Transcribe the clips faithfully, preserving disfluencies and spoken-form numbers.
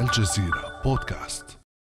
الجزيرة بودكاست.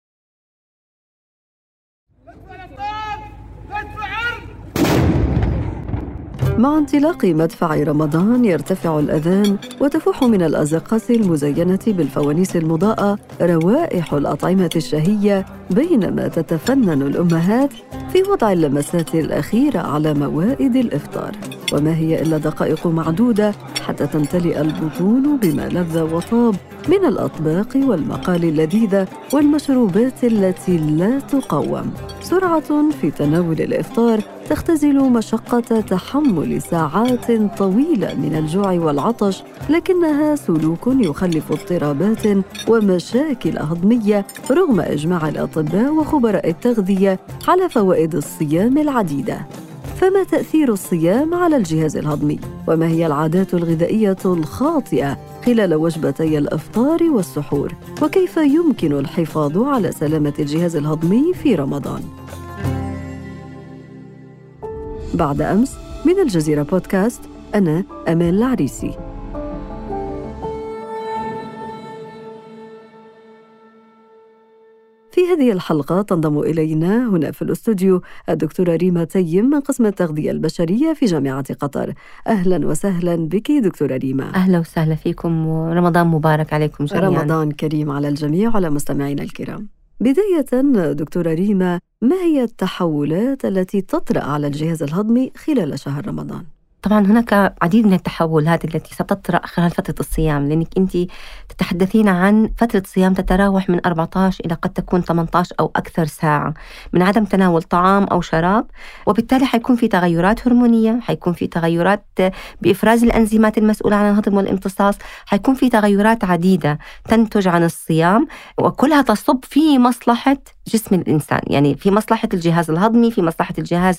مع انطلاق مدفع رمضان يرتفع الأذان وتفوح من الأزقة المزينة بالفوانيس المضاءة روائح الأطعمة الشهية، بينما تتفنن الأمهات في وضع اللمسات الأخيرة على موائد الإفطار. وما هي إلا دقائق معدودة حتى تمتلئ البطون بما لذ وطاب من الأطباق والمقالي اللذيذة والمشروبات التي لا تقاوم. سرعة في تناول الإفطار تختزل مشقة تحمل ساعات طويلة من الجوع والعطش، لكنها سلوك يخلف اضطرابات ومشاكل هضمية رغم إجماع الأطباء وخبراء التغذية على فوائد الصيام العديدة. فما تأثير الصيام على الجهاز الهضمي؟ وما هي العادات الغذائية الخاطئة خلال وجبتي الإفطار والسحور؟ وكيف يمكن الحفاظ على سلامة الجهاز الهضمي في رمضان؟ بعد أمس من الجزيرة بودكاست، أنا أمال العريسي. في هذه الحلقة تنضم إلينا هنا في الاستوديو الدكتورة ريما تيم من قسم التغذية البشرية في جامعة قطر. أهلا وسهلا بك دكتورة ريما. أهلا وسهلا فيكم، ورمضان مبارك عليكم جميعا. رمضان كريم على الجميع وعلى مستمعينا الكرام. بداية دكتورة ريما، ما هي التحولات التي تطرأ على الجهاز الهضمي خلال شهر رمضان؟ طبعا هناك عديد من التحولات التي ستطرأ خلال فترة الصيام، لأنك أنت تتحدثين عن فترة صيام تتراوح من أربعة عشر إلى قد تكون ثمانية عشر أو أكثر ساعة من عدم تناول طعام أو شراب، وبالتالي حيكون في تغيرات هرمونية، حيكون في تغيرات بإفراز الأنزيمات المسؤولة عن الهضم والامتصاص، حيكون في تغيرات عديدة تنتج عن الصيام، وكلها تصب في مصلحة جسم الإنسان، يعني في مصلحة الجهاز الهضمي، في مصلحة الجهاز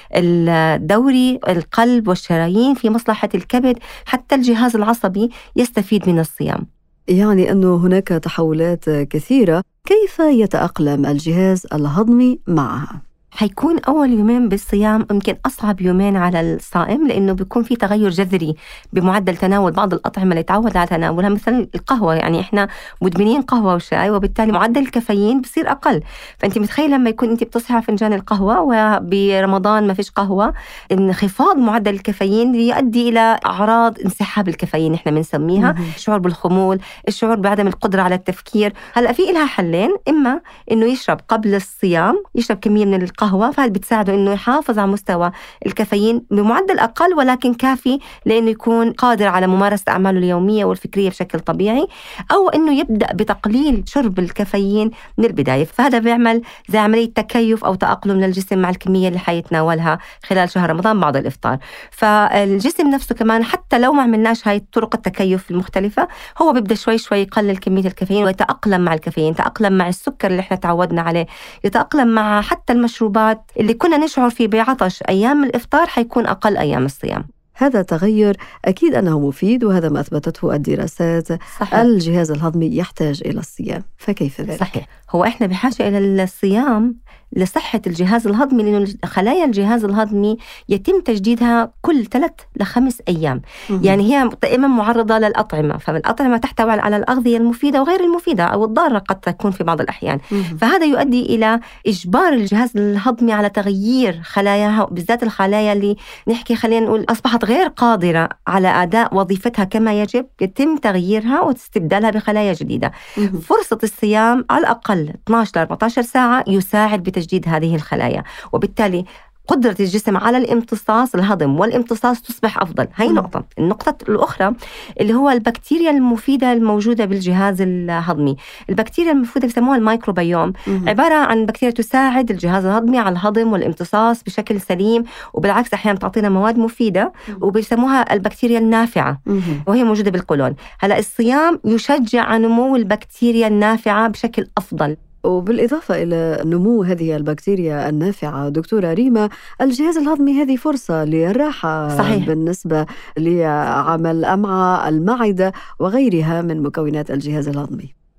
الدوري، القلب والشرايين، في مصلحة الكبد، حتى الجهاز العصبي يستفيد من الصيام. يعني أنه هناك تحولات كثيرة، كيف يتأقلم الجهاز الهضمي معها؟ حيكون أول يومين بالصيام يمكن أصعب يومين على الصائم، لأنه بيكون في تغير جذري بمعدل تناول بعض الأطعمة اللي تعود على تناولها، مثلا القهوة، يعني إحنا مدمنين قهوة وشاي، وبالتالي معدل الكافيين بصير أقل. فأنت متخيلة لما يكون أنت بتصحي على فنجان القهوة وبرمضان ما فيش قهوة، انخفاض معدل الكافيين يؤدي إلى أعراض انسحاب الكافيين إحنا بنسميها، الشعور بالخمول، الشعور بعدم القدرة على التفكير. هلأ في إلها حلين، إما إنه يشرب قبل الصيام، يشرب كمية من القهوة، فهذا بتساعده إنه يحافظ على مستوى الكافيين بمعدل أقل ولكن كافي لأنه يكون قادر على ممارسة أعماله اليومية والفكرية بشكل طبيعي، أو إنه يبدأ بتقليل شرب الكافيين من البداية. فهذا بيعمل زي عملية تكيف أو تأقلم للجسم مع الكمية اللي حيتناولها خلال شهر رمضان بعد الإفطار. فالجسم نفسه كمان حتى لو ما عملناش هاي طرق التكيف المختلفة، هو بيبدأ شوي شوي يقلل كمية الكافيين ويتأقلم مع الكافيين، يتأقلم مع السكر اللي احنا تعودنا عليه، يتأقلم مع حتى المشروبات اللي كنا نشعر فيه بعطش أيام الإفطار حيكون أقل أيام الصيام. هذا تغير أكيد أنه مفيد، وهذا ما أثبتته الدراسات. صحيح. الجهاز الهضمي يحتاج إلى الصيام، فكيف ذلك؟ صحيح، هو إحنا بحاجة إلى الصيام لصحة الجهاز الهضمي، لأنه خلايا الجهاز الهضمي يتم تجديدها كل ثلاث لخمس أيام. مم. يعني هي دائما معرضة للأطعمة، فالأطعمة تحتوي على الأغذية المفيدة وغير المفيدة أو الضارة قد تكون في بعض الأحيان. مم. فهذا يؤدي إلى إجبار الجهاز الهضمي على تغيير خلاياها، بالذات الخلايا اللي نحكي خلينا نقول أصبحت غير قادرة على أداء وظيفتها كما يجب، يتم تغييرها واستبدالها بخلايا جديدة. مم. فرصة الصيام على الأقل اثني عشر إلى أربعة عشر ساعة يساعد بتجديد هذه الخلايا، وبالتالي قدرة الجسم على الامتصاص، الهضم والامتصاص تصبح أفضل. هاي نقطة. النقطة الأخرى اللي هو البكتيريا المفيدة الموجودة بالجهاز الهضمي. البكتيريا المفيدة بيسموها الميكروبيوم، عبارة عن بكتيريا تساعد الجهاز الهضمي على الهضم والامتصاص بشكل سليم، وبالعكس أحيانا تعطينا مواد مفيدة، وبيسموها البكتيريا النافعة، وهي موجودة بالقولون. هلأ الصيام يشجع نمو البكتيريا النافعة بشكل أفضل. وبالإضافة إلى نمو هذه البكتيريا النافعة دكتورة ريما، الجهاز الهضمي هذه فرصة للراحة. صحيح. بالنسبة لعمل الأمعاء، المعدة وغيرها من مكونات الجهاز الهضمي.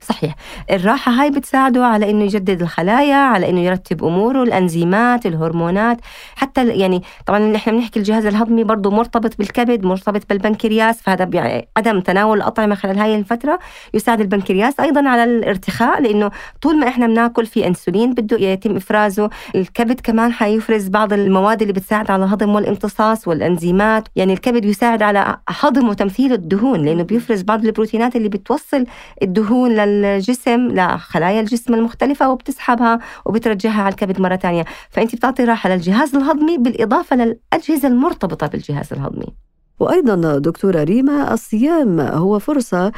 صحيح. الراحة هاي بتساعده على إنه يجدد الخلايا، على إنه يرتب أموره، الأنزيمات، الهرمونات، حتى يعني طبعا إحنا بنحكي الجهاز الهضمي برضو مرتبط بالكبد، مرتبط بالبنكرياس، فهذا يعني عدم تناول الأطعمة خلال هاي الفترة يساعد البنكرياس أيضا على الارتخاء، لأنه طول ما إحنا بناكل في أنسولين بده يتم إفرازه. الكبد كمان حيفرز بعض المواد اللي بتساعد على الهضم والامتصاص والأنزيمات. يعني الكبد يساعد على هضم وتمثيل الدهون، لأنه بيفرز بعض البروتينات اللي بتوصل الدهون للجسم، لخلايا الجسم المختلفة، وبتسحبها وبترجعها على الكبد مرة تانية. فأنت بتعطي راحة للجهاز الهضمي بالإضافة للأجهزة المرتبطة بالجهاز الهضمي. وأيضا دكتورة ريما، الصيام هو فرصة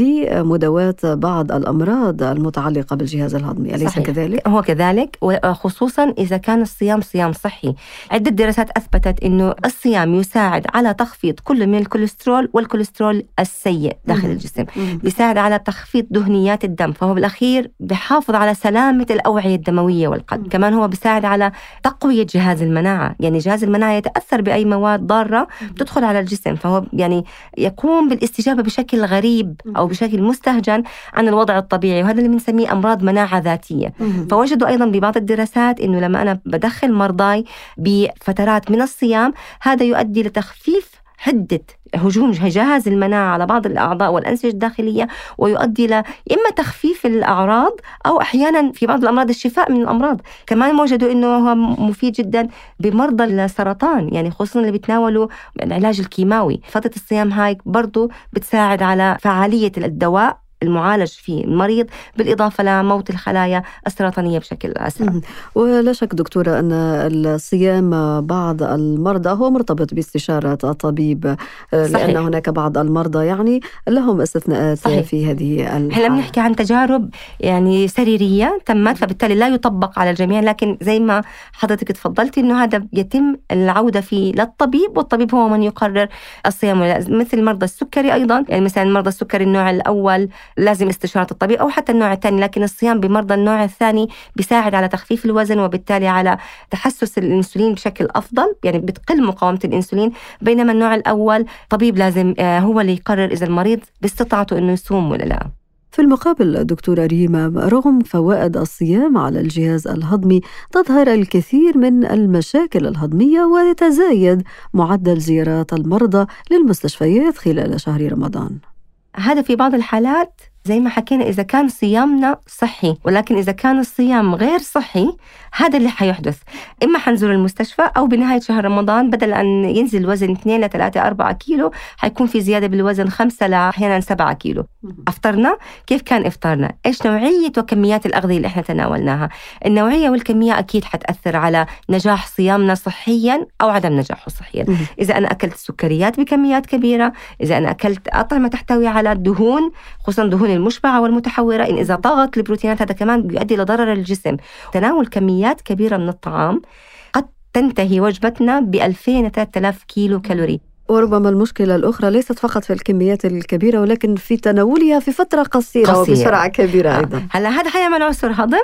لمداواة بعض الأمراض المتعلقة بالجهاز الهضمي، أليس صحيح. كذلك؟ هو كذلك، وخصوصا إذا كان الصيام صيام صحي. عدة دراسات أثبتت أنه الصيام يساعد على تخفيض كل من الكوليسترول والكوليسترول السيء داخل الجسم، يساعد على تخفيض دهنيات الدم، فهو بالأخير بحافظ على سلامة الأوعية الدموية والقلب. كمان هو بيساعد على تقوية جهاز المناعة، يعني جهاز المناعة يتأثر بأي مواد ضارة تدخل على الجسم، فهو يعني يقوم بالاستجابة بشكل غريب أو بشكل مستهجن عن الوضع الطبيعي، وهذا اللي بنسميه أمراض مناعة ذاتية. فوجدوا أيضا ببعض الدراسات إنه لما أنا بدخل مرضاي بفترات من الصيام، هذا يؤدي لتخفيف حدة هجوم جهاز المناعة على بعض الأعضاء والأنسجة الداخلية، ويؤدي إلى إما تخفيف الأعراض أو أحيانا في بعض الأمراض الشفاء من الأمراض. كمان وجدوا إنه هو مفيد جدا بمرضى السرطان، يعني خصوصا اللي بيتناولوا العلاج الكيماوي. فترة الصيام هاي برضو بتساعد على فعالية الدواء المعالج فيه المريض، بالإضافة لموت الخلايا السرطانية بشكل أسرع. ولا شك دكتورة أن الصيام بعض المرضى هو مرتبط باستشارة الطبيب. صحيح. لأن هناك بعض المرضى يعني لهم استثناءات. صحيح. في هذه الحالة. هلا بنحكي عن تجارب يعني سريرية تمت، فبالتالي لا يطبق على الجميع، لكن زي ما حضرتك تفضلتي إنه هذا يتم العودة فيه للطبيب، والطبيب هو من يقرر الصيام. مثل مرضى السكري أيضا، يعني مثلا مرضى السكري النوع الأول لازم استشارة الطبيب، أو حتى النوع الثاني، لكن الصيام بمرضى النوع الثاني بيساعد على تخفيف الوزن، وبالتالي على تحسس الأنسولين بشكل أفضل، يعني بتقل مقاومة الأنسولين. بينما النوع الأول طبيب لازم هو اللي يقرر إذا المريض باستطاعته إنه يصوم ولا لا. في المقابل دكتورة ريما، رغم فوائد الصيام على الجهاز الهضمي، تظهر الكثير من المشاكل الهضمية ويتزايد معدل زيارات المرضى للمستشفيات خلال شهر رمضان. هذا في بعض الحالات زي ما حكينا إذا كان صيامنا صحي، ولكن إذا كان الصيام غير صحي هذا اللي حيحدث. إما حنزور المستشفى، أو بنهاية شهر رمضان بدل أن ينزل الوزن اثنين لثلاثة أربعة كيلو حيكون في زيادة بالوزن خمسة لأحيانا سبعة كيلو. أفطرنا كيف كان إفطارنا؟ إيش نوعية وكميات الأغذية اللي إحنا تناولناها؟ النوعية والكمية أكيد حتأثر على نجاح صيامنا صحيا أو عدم نجاحه صحيا. إذا أنا أكلت سكريات بكميات كبيرة، إذا أنا أكلت أطعمة تحتوي على الدهون، خصوصا دهون المشبعة والمتحورة، إن إذا طغت البروتينات هذا كمان بيؤدي لضرر الجسم. تناول كميات كبيرة من الطعام قد تنتهي وجبتنا ب ألفين ثلاثة آلاف كيلو كالوري. وربما المشكلة الأخرى ليست فقط في الكميات الكبيرة، ولكن في تناولها في فترة قصيرة, قصيرة. وبسرعة كبيرة آه. أيضا. هلا هذا حيعمل عسر هضم،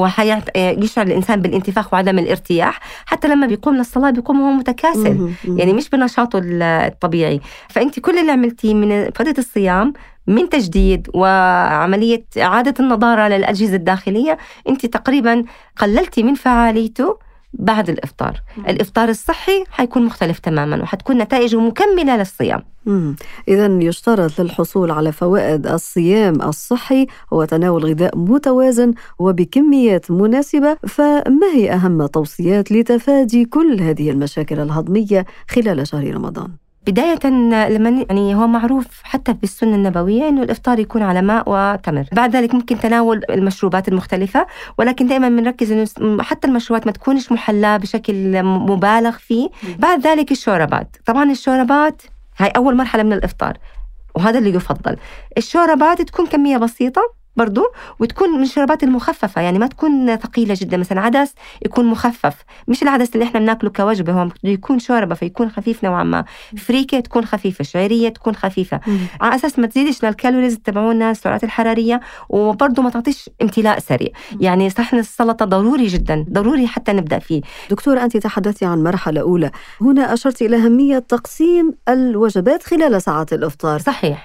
وحيشعر الإنسان بالانتفاخ وعدم الارتياح، حتى لما بيقوم للصلاة بيقوم وهو متكاسل، يعني مش بنشاطه الطبيعي. فأنت كل اللي عملتيه من فترة الصيام من تجديد وعملية إعادة النضارة للأجهزة الداخلية، أنت تقريبا قللتي من فعاليته بعد الإفطار. الإفطار الصحي حيكون مختلف تماما، وحتكون نتائجه مكملة للصيام. إذن يشترط للحصول على فوائد الصيام الصحي هو تناول غذاء متوازن وبكميات مناسبة. فما هي أهم توصيات لتفادي كل هذه المشاكل الهضمية خلال شهر رمضان؟ بداية لما يعني هو معروف حتى في السنة النبوية إنه الإفطار يكون على ماء وتمر. بعد ذلك ممكن تناول المشروبات المختلفة، ولكن دائما بنركز إنه حتى المشروبات ما تكونش محلاة بشكل مبالغ فيه. بعد ذلك الشوربات، طبعا الشوربات هاي أول مرحلة من الإفطار، وهذا اللي يفضل. الشوربات تكون كمية بسيطة برضو، وتكون من الشوربات المخففة، يعني ما تكون ثقيلة جدا. مثلا عدس يكون مخفف، مش العدس اللي احنا بناكله كوجبة، هو يكون شوربة فيكون خفيف نوعا ما. فريكة تكون خفيفة، شعيرية تكون خفيفة، على أساس ما تزيدش للكالوريز تبعونا السعرات الحرارية، وبرضو ما تعطيش امتلاء سريع. يعني صحن السلطة ضروري جدا، ضروري حتى نبدأ فيه. دكتور، أنت تحدثتي عن مرحلة أولى، هنا أشرت إلى أهمية تقسيم الوجبات خلال ساعات الإفطار. صحيح.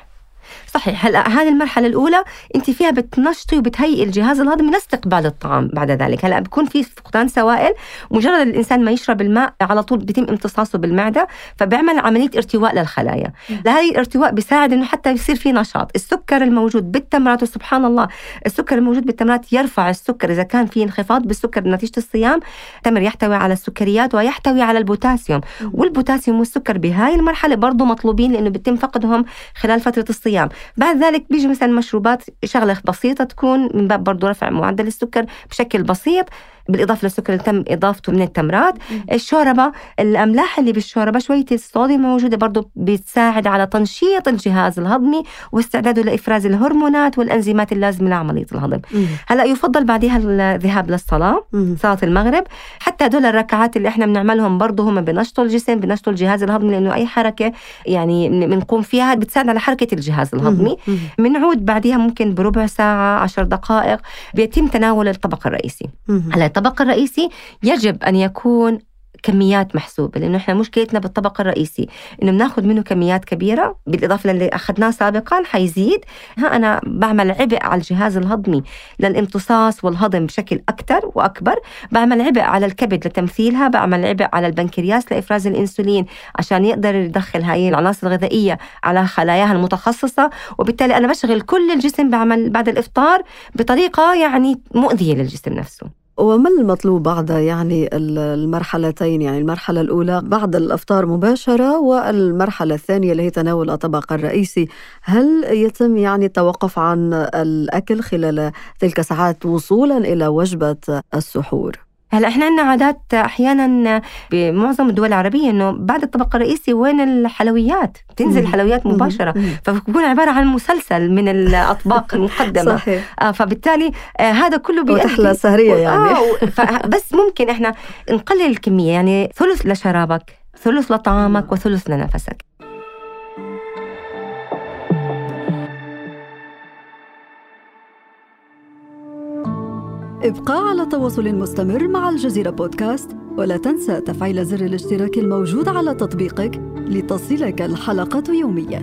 صحيح. هلا هذه المرحلة الأولى أنت فيها بتنشطي وبتهيئ الجهاز الهضمي لاستقبال الطعام. بعد ذلك هلا بكون في فقدان سوائل، مجرد الإنسان ما يشرب الماء على طول بيتم امتصاصه بالمعدة، فبيعمل عملية ارتواء للخلايا. لهذه الارتواء بيساعد إنه حتى يصير في نشاط. السكر الموجود بالتمرات، وسبحان الله السكر الموجود بالتمرات يرفع السكر. إذا كان في انخفاض بالسكر نتيجة الصيام، التمر يحتوي على السكريات ويحتوي على البوتاسيوم، والبوتاسيوم والسكر بهاي المرحلة برضو مطلوبين لأنه بيتم فقدهم خلال فترة الصيام. بعد ذلك بيجي مثلا مشروبات شغلة بسيطة تكون من باب برضو رفع معدل السكر بشكل بسيط، بالإضافة للسكر اللي تم إضافته من التمرات. الشوربة، الأملاح اللي بالشوربة شوية الصوديوم موجودة برضو بتساعد على تنشيط الجهاز الهضمي واستعداده لإفراز الهرمونات والأنزيمات اللازمة لعملية الهضم. هلأ يفضل بعدها الذهاب للصلاة، صلاة المغرب. حتى هدول الركعات اللي احنا بنعملهم برضو هم بنشطوا الجسم، بنشطوا الجهاز الهضمي، لأنه أي حركة يعني بنقوم فيها بتساعد على حركة الجهاز الهضمي. بنعود بعدها ممكن بربع ساعة عشر دقائق بيتم تناول الطبق الرئيسي. هلا الطبق الرئيسي يجب أن يكون كميات محسوبة، لأنه إحنا مشكلتنا بالطبق الرئيسي إنه بناخد منه كميات كبيرة بالإضافة للي أخذناه سابقا حيزيد. ها أنا بعمل عبء على الجهاز الهضمي للامتصاص والهضم بشكل أكتر وأكبر، بعمل عبء على الكبد لتمثيلها، بعمل عبء على البنكرياس لإفراز الإنسولين عشان يقدر يدخل هاي العناصر الغذائية على خلاياها المتخصصة، وبالتالي أنا بشغل كل الجسم بعمل بعد الإفطار بطريقة يعني مؤذية للجسم نفسه. وما المطلوب بعد يعني المرحلتين، يعني المرحلة الأولى بعد الإفطار مباشرة والمرحلة الثانية اللي هي تناول الطبق الرئيسي، هل يتم يعني التوقف عن الأكل خلال تلك ساعات وصولا إلى وجبة السحور؟ هلا احنا عندنا عادات احيانا بمعظم الدول العربيه انه بعد الطبق الرئيسي وين الحلويات، تنزل الحلويات مباشره، فبكون عباره عن مسلسل من الاطباق المقدمه. صحيح. آه فبالتالي آه هذا كله بيؤدي وتحلى سهريه يعني. آه بس ممكن احنا نقلل الكميه، يعني ثلث لشرابك، ثلث لطعامك، وثلث لنفسك. ابقى على تواصل مستمر مع الجزيرة بودكاست، ولا تنسى تفعيل زر الاشتراك الموجود على تطبيقك لتصلك الحلقة يومياً.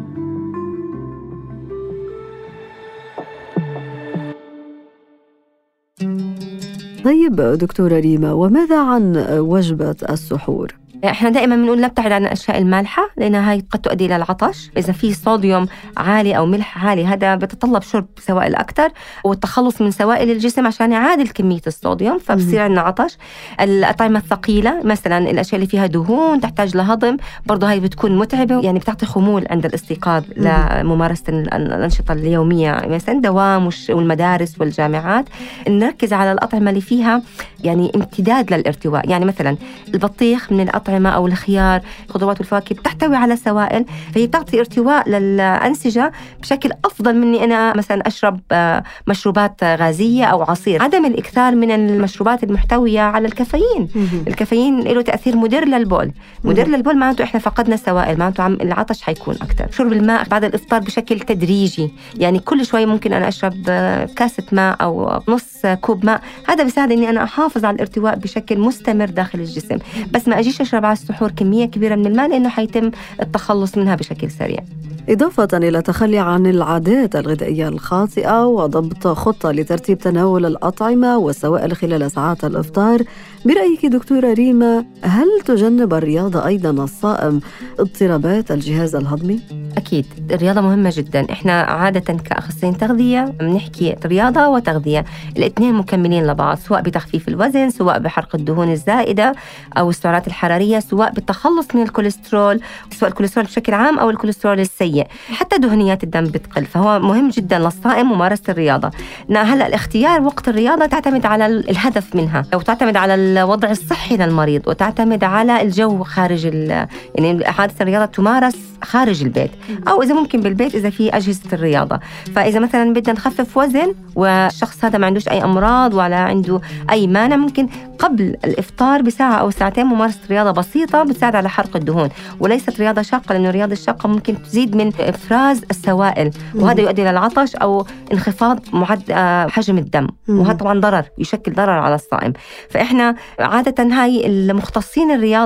طيب دكتورة ريما، وماذا عن وجبة السحور؟ احنا دائما بنقول نبتعد عن الاشياء المالحه، لانها هي قد تؤدي الى العطش. اذا في صوديوم عالي او ملح عالي هذا بتطلب شرب سوائل اكثر والتخلص من سوائل الجسم عشان يعادل كميه الصوديوم، فبصير عندنا عطش. الاطعمه الثقيله مثلا الاشياء اللي فيها دهون تحتاج لهضم، برضه هاي بتكون متعبه، يعني بتعطي خمول عند الاستيقاظ لممارسه الانشطه اليوميه، مثلا دوام والمدارس والجامعات. نركز على الاطعمه اللي فيها يعني امتداد للارتواء، يعني مثلا البطيخ من الأطعمة أو الخيار، الخضروات والفواكه بتحتوي على سوائل، فهي بتعطي ارتواء للأنسجة بشكل أفضل مني أنا مثلا أشرب مشروبات غازية أو عصير. عدم الإكثار من المشروبات المحتوية على الكافيين. الكافيين له تأثير مدر للبول، مدر للبول معناته إحنا فقدنا السوائل، معناته عم العطش حيكون أكتر. شرب الماء بعد الإفطار بشكل تدريجي، يعني كل شوي ممكن أنا أشرب كاسة ماء أو نص كوب ماء، هذا بيساعد إني أنا أحافظ على الارتواء بشكل مستمر داخل الجسم. بس ما أجيش أشرب على السحور كمية كبيرة من الماء لأنه حيتم التخلص منها بشكل سريع. إضافة إلى التخلي عن العادات الغذائية الخاطئة وضبط خطة لترتيب تناول الأطعمة والسوائل خلال ساعات الإفطار، برأيك دكتورة ريما هل تجنب الرياضة أيضاً الصائم اضطرابات الجهاز الهضمي؟ أكيد الرياضة مهمة جداً. إحنا عادة كأخصائيين تغذية بنحكي رياضة وتغذية، الاثنين مكملين لبعض، سواء بتخفيف الوزن، سواء بحرق الدهون الزائدة أو السعرات الحرارية، سواء بالتخلص من الكوليسترول، سواء الكوليسترول بشكل عام أو الكوليسترول السيء، حتى دهنيات الدم بتقل. فهو مهم جداً للصائم ممارسة الرياضة. هلأ الاختيار وقت الرياضة تعتمد على الهدف منها، أو تعتمد على الوضع الصحي للمريض، وتعتمد على الجو خارج ال... يعني عادة الرياضة تمارس خارج البيت، أو إذا ممكن بالبيت إذا في أجهزة الرياضة. فإذا مثلا بدنا نخفف وزن والشخص هذا ما عندوش أي أمراض ولا عنده أي مانع، ممكن قبل الإفطار بساعة أو ساعتين ممارسة رياضة بسيطة بتساعد على حرق الدهون، وليست رياضة شاقة، لأنه الرياضة الشاقة ممكن تزيد من إفراز السوائل وهذا يؤدي إلى العطش أو انخفاض معد حجم الدم، وهذا طبعا ضرر، يشكل ضرر على الصائم. فإحنا عادة هاي المختصين الرياضة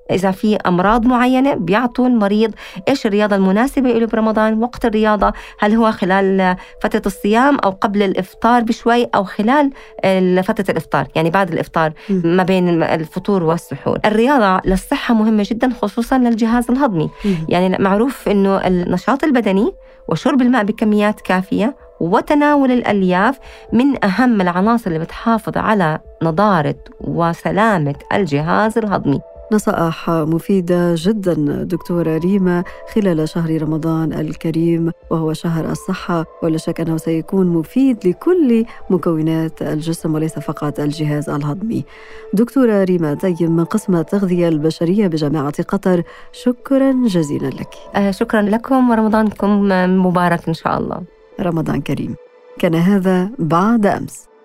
إذا في أمراض معينة بيعطوا المريض إيش الرياضة المناسبة له برمضان، وقت الرياضة هل هو خلال فترة الصيام أو قبل الإفطار بشوي أو خلال فترة الإفطار، يعني بعد الإفطار ما بين الفطور والسحور. الرياضة للصحة مهمة جدا خصوصا للجهاز الهضمي. يعني معروف إنه النشاط البدني وشرب الماء بكميات كافية وتناول الألياف من أهم العناصر اللي بتحافظ على نضارة وسلامة الجهاز الهضمي. نصائح مفيدة جدا دكتورة ريما خلال شهر رمضان الكريم، وهو شهر الصحة، ولا شك أنه سيكون مفيد لكل مكونات الجسم وليس فقط الجهاز الهضمي. دكتورة ريما طيب من قسم التغذية البشرية بجامعة قطر، شكرا جزيلا لك. آه شكرا لكم، ورمضانكم مبارك إن شاء الله. رمضان كريم. كان هذا بعد أمس.